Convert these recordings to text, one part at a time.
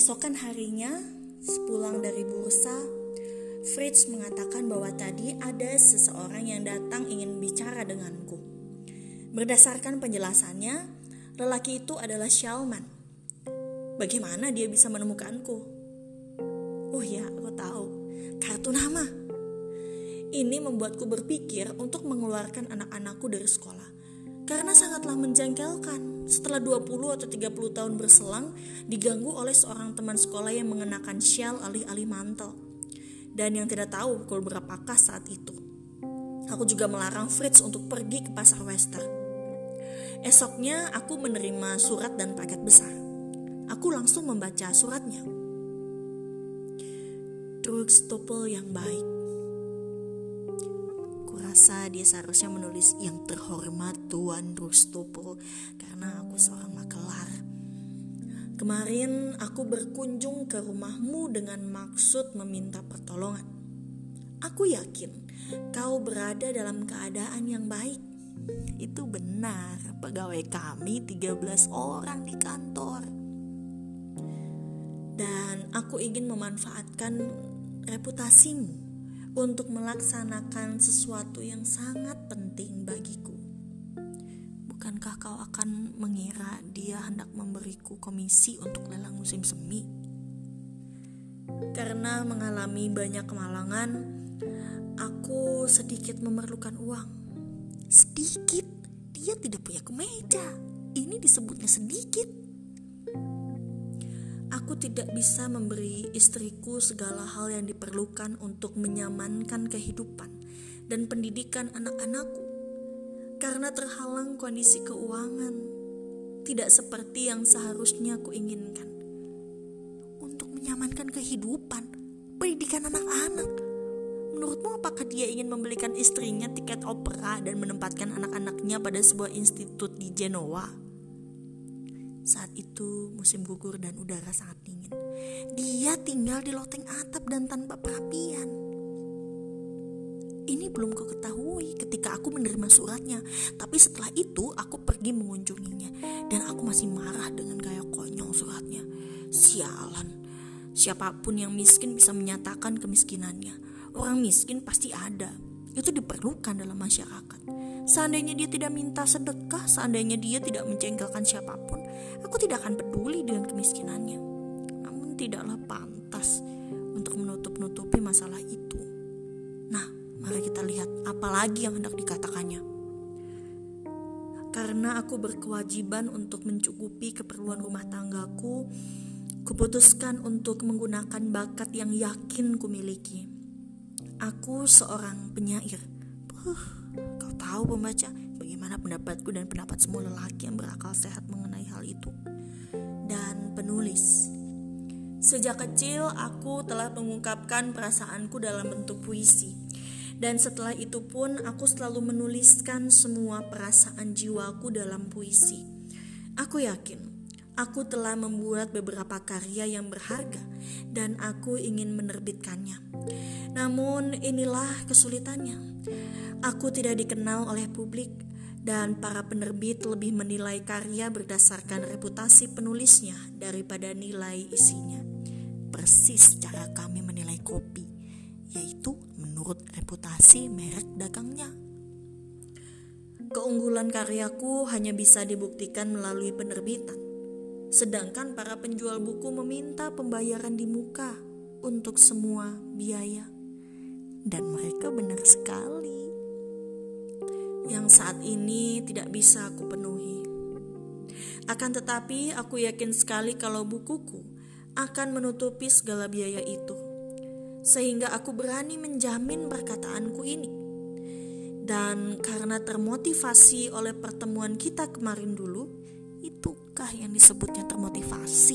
Keesokan harinya, sepulang dari bursa, Fritz mengatakan bahwa tadi ada seseorang yang datang ingin bicara denganku. Berdasarkan penjelasannya, lelaki itu adalah Shalman. Bagaimana dia bisa menemukanku? Oh ya, aku tahu. Kartu nama. Ini membuatku berpikir untuk mengeluarkan anak-anakku dari sekolah. Karena sangatlah menjengkelkan setelah 20 atau 30 tahun berselang diganggu oleh seorang teman sekolah yang mengenakan syal alih-alih mantel. Dan yang tidak tahu pukul berapakah saat itu. Aku juga melarang Fritz untuk pergi ke pasar Western. Esoknya aku menerima surat dan paket besar. Aku langsung membaca suratnya. Drugstopel yang baik. Kurasa dia seharusnya menulis yang terhormat Tuan Drugstopel karena aku seorang makelar. Kemarin aku berkunjung ke rumahmu dengan maksud meminta pertolongan. Aku yakin kau berada dalam keadaan yang baik. Itu benar, pegawai kami 13 orang di kantor. Dan aku ingin memanfaatkan reputasimu untuk melaksanakan sesuatu yang sangat penting bagiku. Bukankah kau akan mengira dia hendak memberiku komisi untuk lelang musim semi? Karena mengalami banyak kemalangan, aku sedikit memerlukan uang. Sedikit? Dia tidak punya kemeja. Ini disebutnya sedikit. Aku tidak bisa memberi istriku segala hal yang diperlukan untuk menyamankan kehidupan dan pendidikan anak-anakku karena terhalang kondisi keuangan, tidak seperti yang seharusnya aku inginkan. Untuk menyamankan kehidupan, pendidikan anak-anak, menurutmu apakah dia ingin membelikan istrinya tiket opera dan menempatkan anak-anaknya pada sebuah institut di Genoa? Saat itu musim gugur dan udara sangat dingin. Dia tinggal di loteng atap dan tanpa perapian. Ini belum kau ketahui ketika aku menerima suratnya. Tapi setelah itu aku pergi mengunjunginya. Dan aku masih marah dengan gaya konyol suratnya. Sialan. Siapapun yang miskin bisa menyatakan kemiskinannya. Orang miskin pasti ada. Itu diperlukan dalam masyarakat. Seandainya dia tidak minta sedekah, seandainya dia tidak mencengkelkan siapapun, aku tidak akan peduli dengan kemiskinannya. Namun tidaklah pantas untuk menutup-nutupi masalah itu. Nah, mari kita lihat apa lagi yang hendak dikatakannya. Karena aku berkewajiban untuk mencukupi keperluan rumah tanggaku, kuputuskan untuk menggunakan bakat yang yakin kumiliki. Aku seorang penyair. Kau tahu pembaca, bagaimana pendapatku dan pendapat semua lelaki yang berakal sehat mengenai hal itu. Dan penulis. Sejak kecil aku telah mengungkapkan perasaanku dalam bentuk puisi. Dan setelah itu pun aku selalu menuliskan semua perasaan jiwaku dalam puisi. Aku yakin aku telah membuat beberapa karya yang berharga dan aku ingin menerbitkannya. Namun inilah kesulitannya. Aku tidak dikenal oleh publik dan para penerbit lebih menilai karya berdasarkan reputasi penulisnya daripada nilai isinya. Persis cara kami menilai kopi, yaitu menurut reputasi merek dagangnya. Keunggulan karyaku hanya bisa dibuktikan melalui penerbitan, sedangkan para penjual buku meminta pembayaran di muka untuk semua biaya. Dan mereka benar sekali. Yang saat ini tidak bisa aku penuhi. Akan tetapi aku yakin sekali kalau bukuku akan menutupi segala biaya itu. Sehingga aku berani menjamin perkataanku ini. Dan karena termotivasi oleh pertemuan kita kemarin dulu, itukah yang disebutnya termotivasi?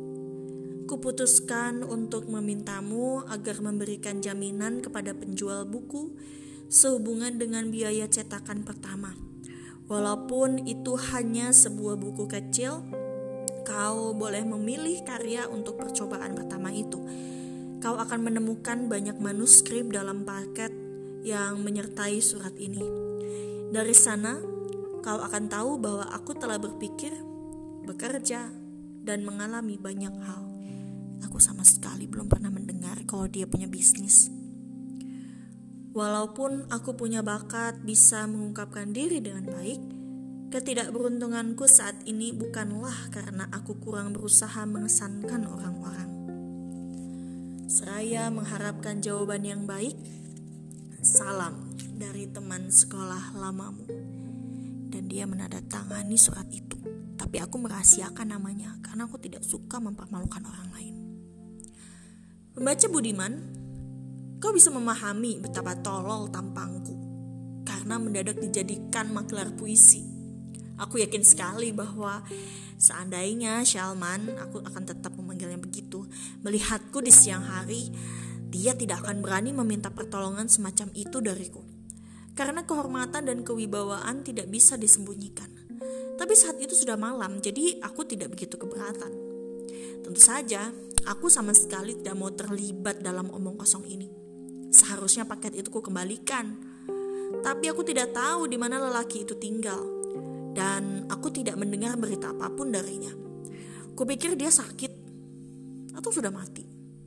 Kuputuskan untuk memintamu agar memberikan jaminan kepada penjual buku sehubungan dengan biaya cetakan pertama. Walaupun itu hanya sebuah buku kecil, kau boleh memilih karya untuk percobaan pertama itu. Kau akan menemukan banyak manuskrip dalam paket yang menyertai surat ini. Dari sana, kau akan tahu bahwa aku telah berpikir, bekerja, dan mengalami banyak hal. Aku sama sekali belum pernah mendengar kalau dia punya bisnis. Walaupun aku punya bakat bisa mengungkapkan diri dengan baik, ketidakberuntunganku saat ini bukanlah karena aku kurang berusaha mengesankan orang-orang. Seraya mengharapkan jawaban yang baik, salam dari teman sekolah lamamu. Dan dia menandatangani surat itu. Tapi aku merahasiakan namanya karena aku tidak suka mempermalukan orang lain. Pembaca budiman, kau bisa memahami betapa tolol tampangku karena mendadak dijadikan magelar puisi. Aku yakin sekali bahwa seandainya Shalman, aku akan tetap memanggilnya begitu, melihatku di siang hari, dia tidak akan berani meminta pertolongan semacam itu dariku. Karena kehormatan dan kewibawaan tidak bisa disembunyikan. Tapi saat itu sudah malam, jadi aku tidak begitu keberatan. Tentu saja, aku sama sekali tidak mau terlibat dalam omong kosong ini. Seharusnya paket itu kukembalikan. Tapi aku tidak tahu di mana lelaki itu tinggal. Dan aku tidak mendengar berita apapun darinya. Kupikir dia sakit atau sudah mati.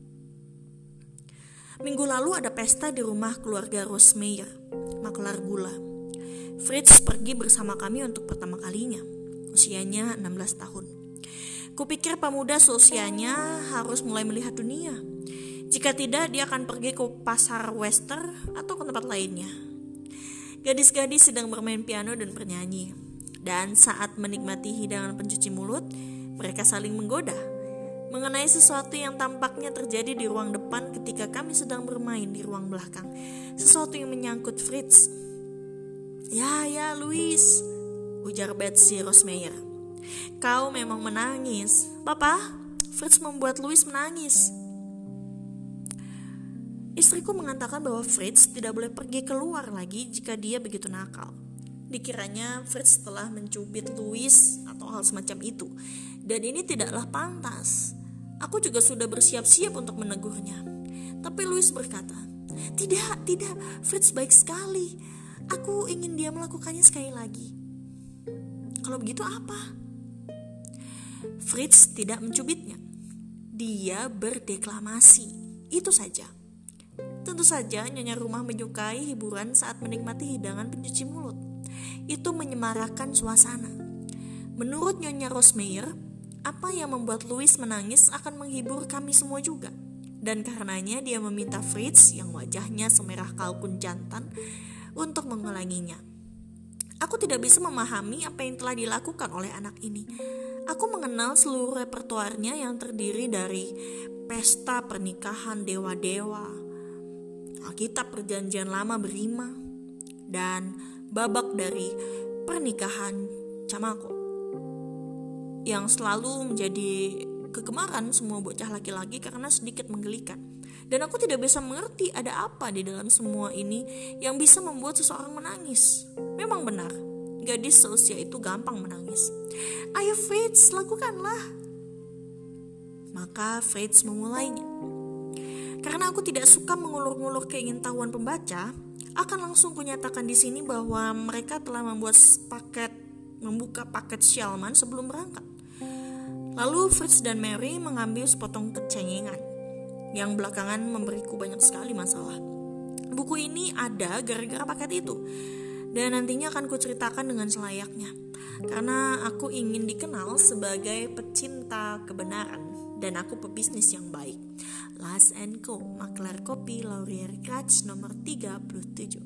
Minggu lalu ada pesta di rumah keluarga Rosmeyer, makelar gula. Fritz pergi bersama kami untuk pertama kalinya. Usianya 16 tahun. Kupikir pemuda seusianya harus mulai melihat dunia. Jika tidak, dia akan pergi ke pasar western atau ke tempat lainnya. Gadis-gadis sedang bermain piano dan bernyanyi. Dan saat menikmati hidangan pencuci mulut, mereka saling menggoda mengenai sesuatu yang tampaknya terjadi di ruang depan ketika kami sedang bermain di ruang belakang. Sesuatu yang menyangkut Fritz. Ya, Louis, ujar Betsy Rosmeyer. Kau memang menangis. Papa, Fritz membuat Louis menangis. Istriku mengatakan bahwa Fritz tidak boleh pergi keluar lagi jika dia begitu nakal. Dikiranya Fritz telah mencubit Louis atau hal semacam itu. Dan ini tidaklah pantas. Aku juga sudah bersiap-siap untuk menegurnya. Tapi Louis berkata, Tidak, Fritz baik sekali. Aku ingin dia melakukannya sekali lagi. Kalau begitu apa? Fritz tidak mencubitnya. Dia berdeklamasi. Itu saja. Tentu saja nyonya rumah menyukai hiburan saat menikmati hidangan pencuci mulut. Itu menyemarakan suasana. Menurut Nyonya Rosmeyer, apa yang membuat Louis menangis akan menghibur kami semua juga. Dan karenanya dia meminta Fritz yang wajahnya semerah kalkun jantan untuk mengulanginya. Aku tidak bisa memahami apa yang telah dilakukan oleh anak ini. Aku mengenal seluruh repertoarnya yang terdiri dari pesta pernikahan dewa-dewa, Alkitab perjanjian lama berima, dan babak dari pernikahan Camako yang selalu menjadi kegemaran semua bocah laki-laki karena sedikit menggelikan. Dan aku tidak bisa mengerti ada apa di dalam semua ini yang bisa membuat seseorang menangis. Memang benar, gadis seusia itu gampang menangis. Ayo Fritz, lakukanlah. Maka Fritz memulainya. Karena aku tidak suka mengulur-ngulur keingintahuan pembaca, akan langsung kunyatakan di sini bahwa mereka telah membuka paket Shalman sebelum berangkat. Lalu Fritz dan Mary mengambil sepotong kecengengan yang belakangan memberiku banyak sekali masalah. Buku ini ada gara-gara paket itu, dan nantinya akan kuceritakan dengan selayaknya. Karena aku ingin dikenal sebagai pecinta kebenaran dan aku pebisnis yang baik. Last & Co, Maklar Kopi Laurier Kratz nomor 37.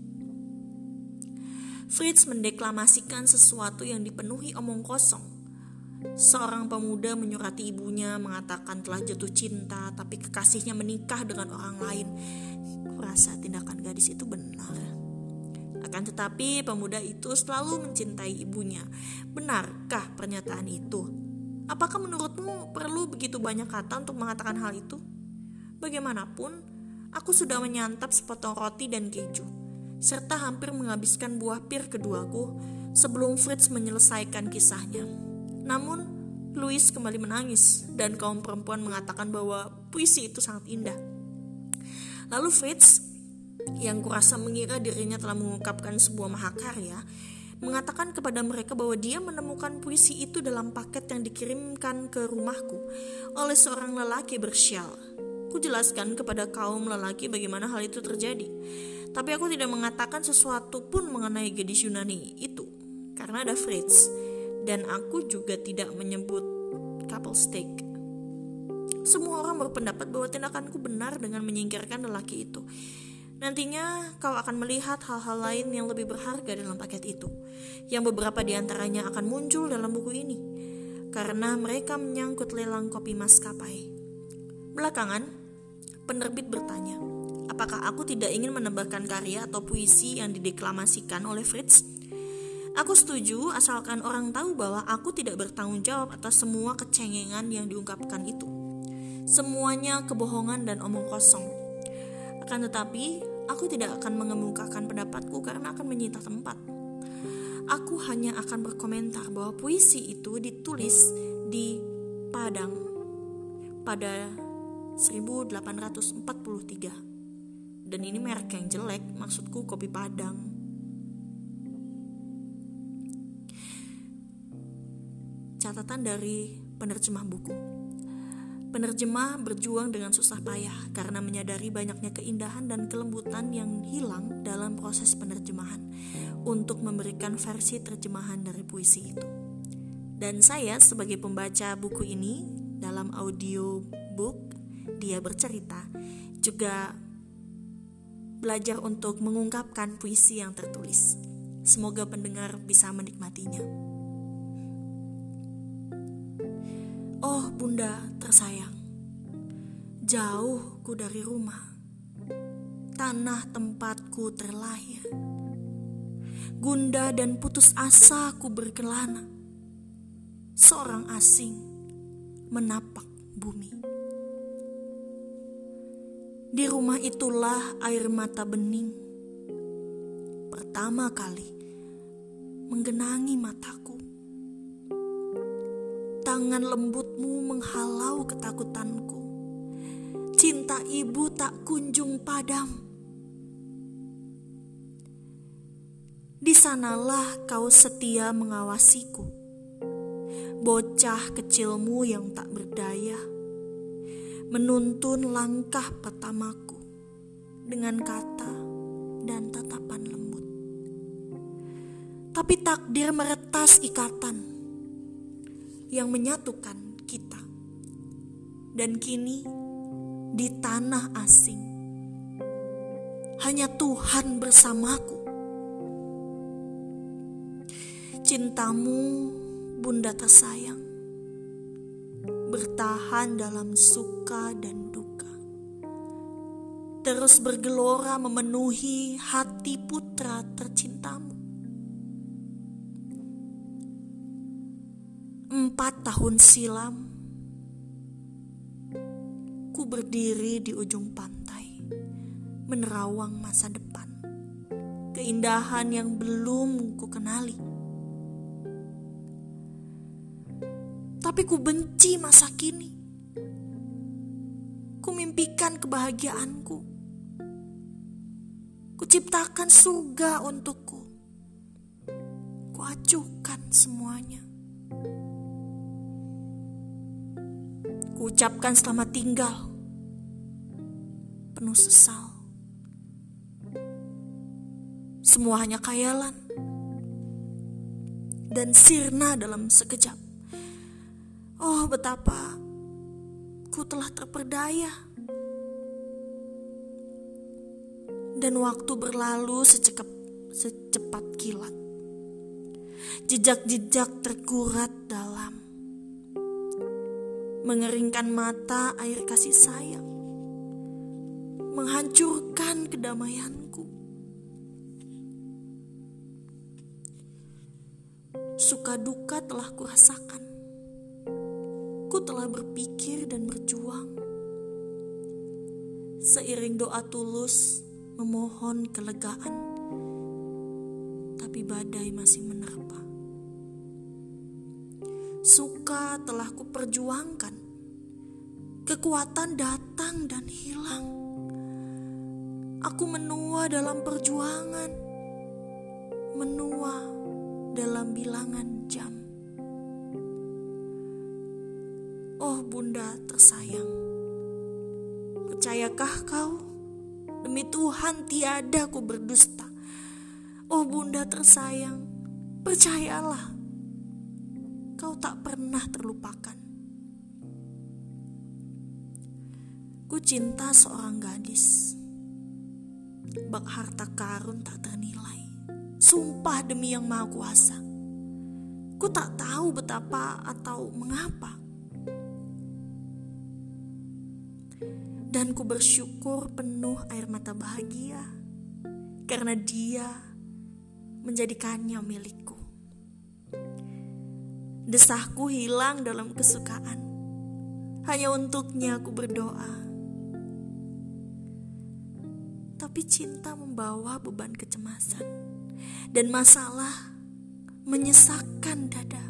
Fritz mendeklamasikan sesuatu yang dipenuhi omong kosong. Seorang pemuda menyurati ibunya mengatakan telah jatuh cinta, tapi kekasihnya menikah dengan orang lain. Kurasa tindakan gadis itu benar. Akan tetapi pemuda itu selalu mencintai ibunya. Benarkah pernyataan itu? Apakah menurutmu perlu begitu banyak kata untuk mengatakan hal itu? Bagaimanapun, aku sudah menyantap sepotong roti dan keju, serta hampir menghabiskan buah pir keduaku sebelum Fritz menyelesaikan kisahnya. Namun, Louis kembali menangis dan kaum perempuan mengatakan bahwa puisi itu sangat indah. Lalu Fritz, yang kurasa mengira dirinya telah mengungkapkan sebuah mahakarya, mengatakan kepada mereka bahwa dia menemukan puisi itu dalam paket yang dikirimkan ke rumahku oleh seorang lelaki bersyal. Ku jelaskan kepada kaum lelaki bagaimana hal itu terjadi, tapi aku tidak mengatakan sesuatu pun mengenai gadis Yunani itu karena ada Fritz, dan aku juga tidak menyebut couple stake. Semua orang berpendapat bahwa tindakanku benar dengan menyingkirkan lelaki itu. Nantinya kau akan melihat hal-hal lain yang lebih berharga dalam paket itu, yang beberapa di antaranya akan muncul dalam buku ini, karena mereka menyangkut lelang kopi maskapai. Belakangan, penerbit bertanya, apakah aku tidak ingin menambahkan karya atau puisi yang dideklamasikan oleh Fritz? Aku setuju asalkan orang tahu bahwa aku tidak bertanggung jawab atas semua kecengengan yang diungkapkan itu. Semuanya kebohongan dan omong kosong. Akan tetapi, aku tidak akan mengemukakan pendapatku karena akan menyita tempat. Aku hanya akan berkomentar bahwa puisi itu ditulis di Padang pada 1843. Dan ini merek yang jelek, maksudku kopi Padang. Catatan dari penerjemah buku. Penerjemah berjuang dengan susah payah karena menyadari banyaknya keindahan dan kelembutan yang hilang dalam proses penerjemahan untuk memberikan versi terjemahan dari puisi itu. Dan saya sebagai pembaca buku ini dalam audiobook Dia Bercerita juga belajar untuk mengungkapkan puisi yang tertulis. Semoga pendengar bisa menikmatinya. Oh bunda tersayang, jauhku dari rumah, tanah tempatku terlahir. Gundah dan putus asa ku berkelana, seorang asing menapak bumi. Di rumah itulah air mata bening pertama kali menggenangi mataku. Tangan lembutmu menghalau ketakutanku. Cinta ibu tak kunjung padam. Di sanalah kau setia mengawasiku. Bocah kecilmu yang tak berdaya, menuntun langkah pertamaku dengan kata dan tatapan lembut. Tapi takdir meretas ikatan yang menyatukan kita. Dan kini di tanah asing hanya Tuhan bersamaku. Cintamu bunda tersayang bertahan dalam suka dan duka, terus bergelora memenuhi hati putra tercintamu. 4 tahun silam, ku berdiri di ujung pantai, menerawang masa depan, keindahan yang belum ku kenali. Tapi ku benci masa kini, ku mimpikan kebahagiaanku, ku ciptakan surga untukku, ku acuhkan semuanya. Ucapkan selamat tinggal, penuh sesal. Semua hanya khayalan dan sirna dalam sekejap. Oh betapa ku telah terperdaya. Dan waktu berlalu secepat kilat. Jejak-jejak tergurat dalam, mengeringkan mata air kasih sayang, menghancurkan kedamaianku. Suka duka telah kurasakan. Ku telah berpikir dan berjuang. Seiring doa tulus memohon kelegaan, tapi badai masih menerpa. Suka telah kuperjuangkan, kekuatan datang dan hilang. Aku menua dalam perjuangan, menua dalam bilangan jam. Oh Bunda tersayang, percayakah kau? Demi Tuhan tiada ku berdusta. Oh Bunda tersayang, percayalah, kau tak pernah terlupakan. Ku cinta seorang gadis, bak harta karun tak ternilai. Sumpah demi Yang Maha Kuasa, ku tak tahu betapa atau mengapa. Dan ku bersyukur penuh air mata bahagia karena dia menjadikannya milikku. Desahku hilang dalam kesukaan, hanya untuknya aku berdoa. Tapi cinta membawa beban kecemasan dan masalah menyesakkan dada.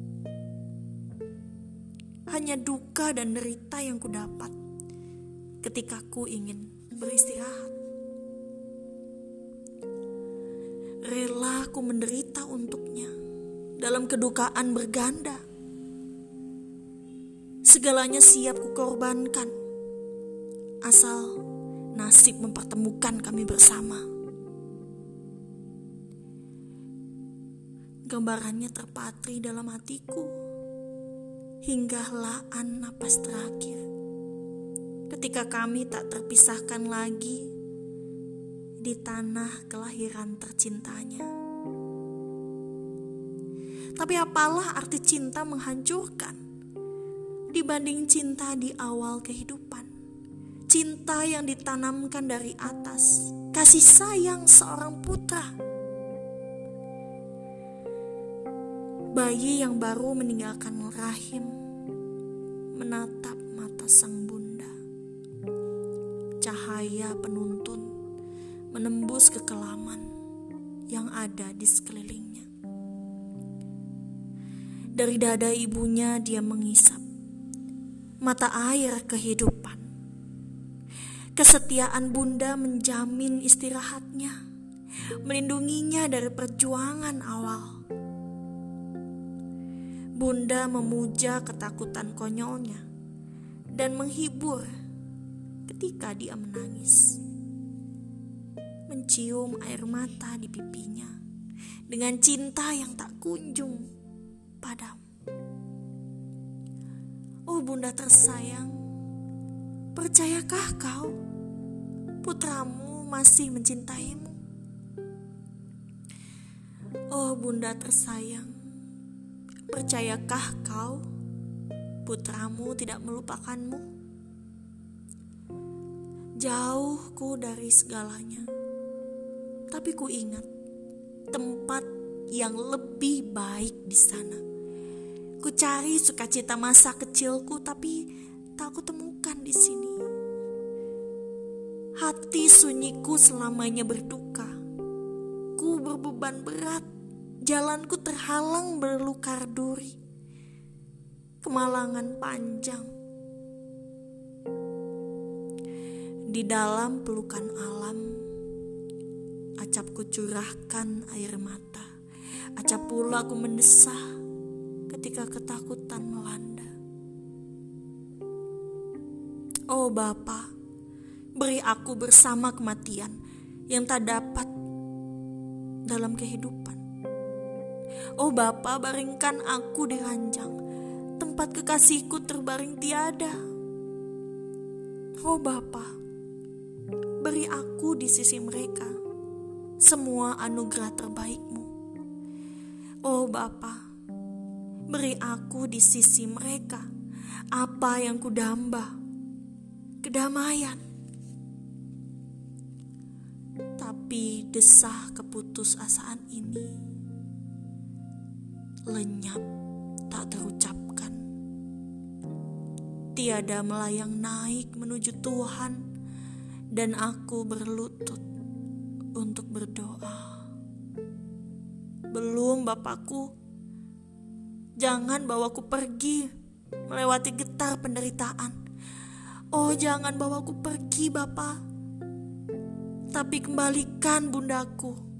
Hanya duka dan derita yang ku dapat ketika ku ingin beristirahat. Rela ku menderita untuknya dalam kedukaan berganda. Segalanya siap ku korbankan asal nasib mempertemukan kami bersama. Gambarannya terpatri dalam hatiku hingga helaan napas terakhir, ketika kami tak terpisahkan lagi di tanah kelahiran tercintanya. Tapi apalah arti cinta menghancurkan dibanding cinta di awal kehidupan? Cinta yang ditanamkan dari atas, kasih sayang seorang putra. Bayi yang baru meninggalkan rahim menatap mata sang bunda. Cahaya penuntun menembus kekelaman yang ada di sekelilingnya. Dari dada ibunya dia mengisap mata air kehidupan. Kesetiaan bunda menjamin istirahatnya, melindunginya dari perjuangan awal. Bunda memuja ketakutan konyolnya dan menghibur ketika dia menangis. Mencium air mata di pipinya dengan cinta yang tak kunjung padam. Oh Bunda tersayang, percayakah kau putramu masih mencintaimu? Oh Bunda tersayang, percayakah kau putramu tidak melupakanmu? Jauhku dari segalanya, tapi ku ingat tempat yang lebih baik di sana. Ku cari sukacita masa kecilku, tapi tak ku temukan di sini. Hati sunyiku selamanya berduka. Ku berbeban berat, jalanku terhalang berlukar duri. Kemalangan panjang. Di dalam pelukan alam, acap ku curahkan air mata. Acap pula ku mendesah ketika ketakutan melanda. Oh Bapa, beri aku bersama kematian yang tak dapat dalam kehidupan. Oh Bapa, baringkan aku di ranjang tempat kekasihku terbaring tiada. Oh Bapa, beri aku di sisi mereka semua anugerah terbaik-Mu. Oh Bapa, beri aku di sisi mereka apa yang kudamba, kedamaian. Tapi desah keputusasaan ini lenyap tak terucapkan. Tiada melayang naik menuju Tuhan, dan aku berlutut untuk berdoa. Belum Bapakku, jangan bawaku pergi melewati getar penderitaan. Oh jangan bawaku pergi Bapa, tapi kembalikan bundaku